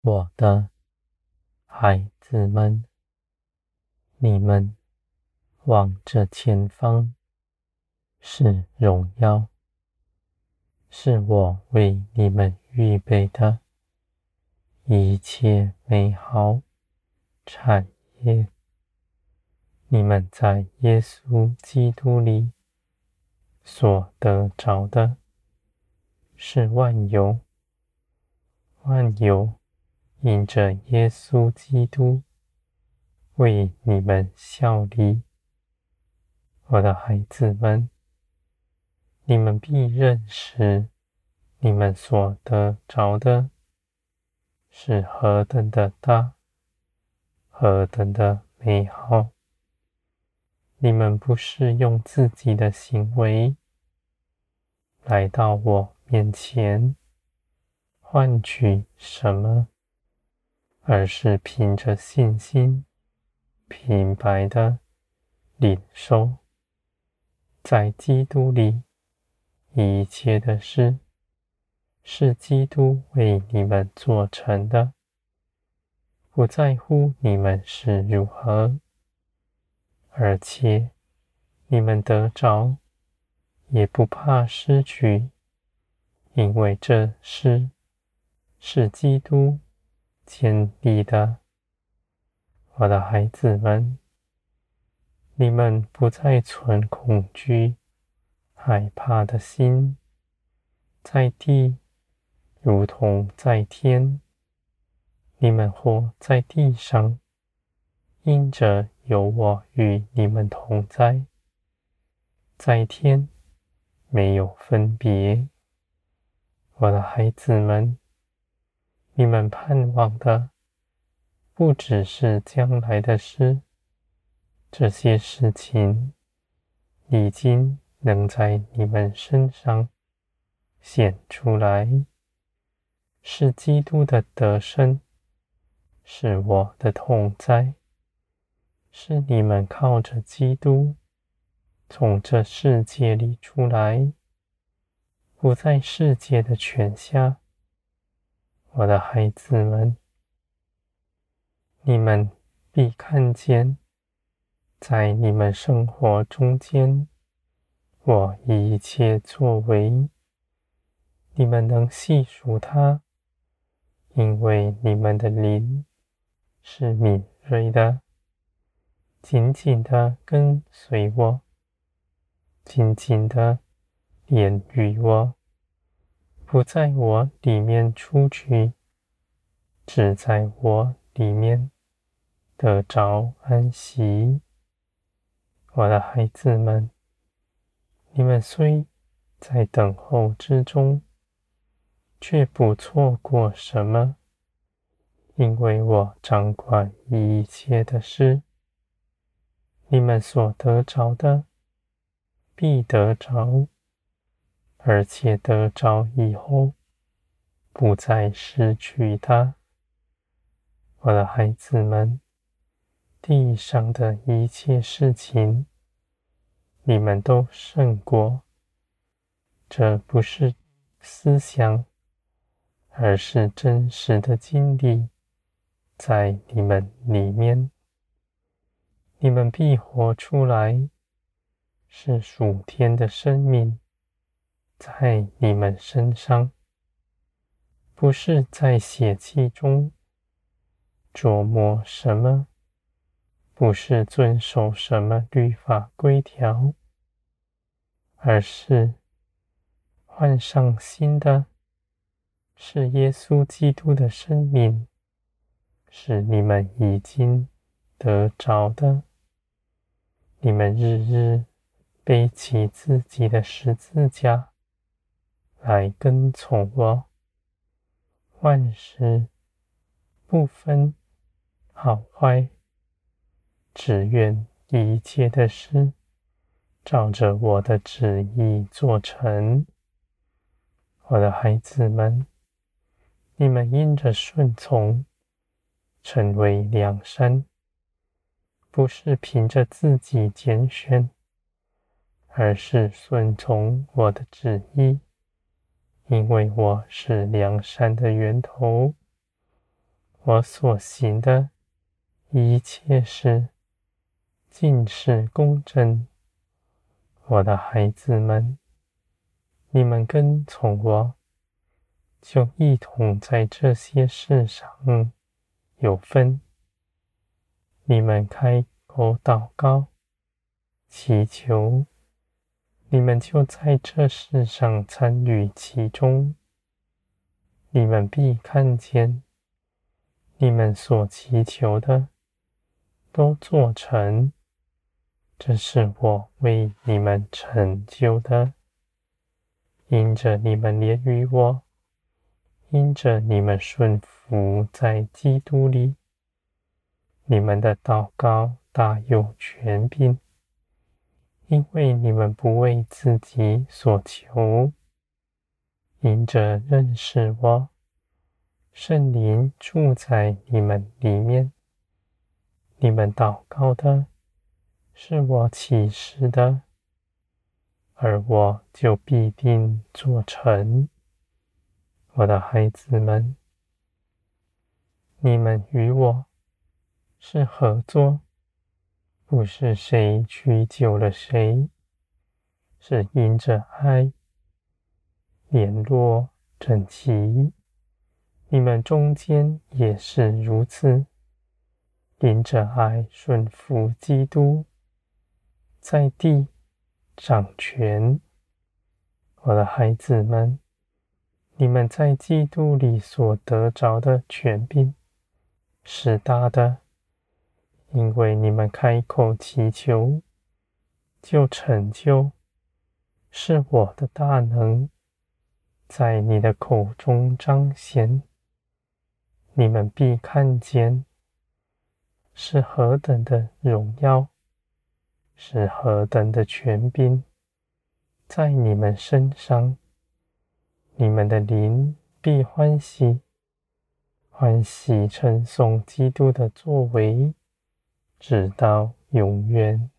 我的孩子们，你们望着前方，是荣耀，是我为你们预备的一切美好产业。你们在耶稣基督里所得着的，是万有，万有因着耶稣基督为你们效力。我的孩子们，你们必认识你们所得着的是何等的大，何等的美好。你们不是用自己的行为来到我面前换取什么，而是凭着信心平白的领受，在基督里一切的事是基督为你们做成的，不在乎你们是如何，而且你们得着也不怕失去，因为这事是基督建立的。我的孩子们，你们不再存恐惧、害怕的心，在地如同在天。你们活在地上，因着有我与你们同在，在天没有分别。我的孩子们，你们盼望的不只是将来的事，这些事情已经能在你们身上显出来，是基督的得胜，是我的同在，是你们靠着基督从这世界里出来，不在世界的权下。我的孩子们，你们必看见，在你们生活中间，我一切作为，你们能细数它，因为你们的灵是敏锐的，紧紧的跟随我，紧紧的连于我，不在我里面出去，只在我里面得着安息。我的孩子们，你们虽在等候之中，却不错过什么，因为我掌管一切的事。你们所得着的，必得着，而且得着以后，不再失去它。我的孩子们，地上的一切事情，你们都胜过。这不是思想，而是真实的经历，在你们里面，你们必活出来，是属天的生命，在你们身上，不是在血气中琢磨什么，不是遵守什么律法规条，而是换上新的，是耶稣基督的生命，是你们已经得着的。你们日日背起自己的十字架来跟从我，万事不分好坏，只愿一切的事照着我的旨意做成。我的孩子们，你们因着顺从，成为良善，不是凭着自己拣选，而是顺从我的旨意，因为我是良善的源头。 我所行的一切事尽是公正。我的孩子们，你们跟从我，就一同在这些事上有分。你们开口祷告、祈求，你们就在这事上参与其中。你们必看见，你们所祈求的都做成。这是我为你们成就的，因着你们连于我，因着你们顺服在基督里，你们的祷告大有权柄，因为你们不为自己所求，因着认识我，圣灵住在你们里面，你们祷告的是我启示的，而我就必定做成。我的孩子们，你们与我是合作，不是谁取久了谁，是因着爱联络整齐。你们中间也是如此，因着爱顺服基督，在地掌权。我的孩子们，你们在基督里所得着的权柄是大的，因为你们开口祈求，就成就，是我的大能在你的口中彰显。你们必看见是何等的荣耀，是何等的权柄在你们身上。你们的灵必欢喜，欢喜称颂基督的作为，直到永远。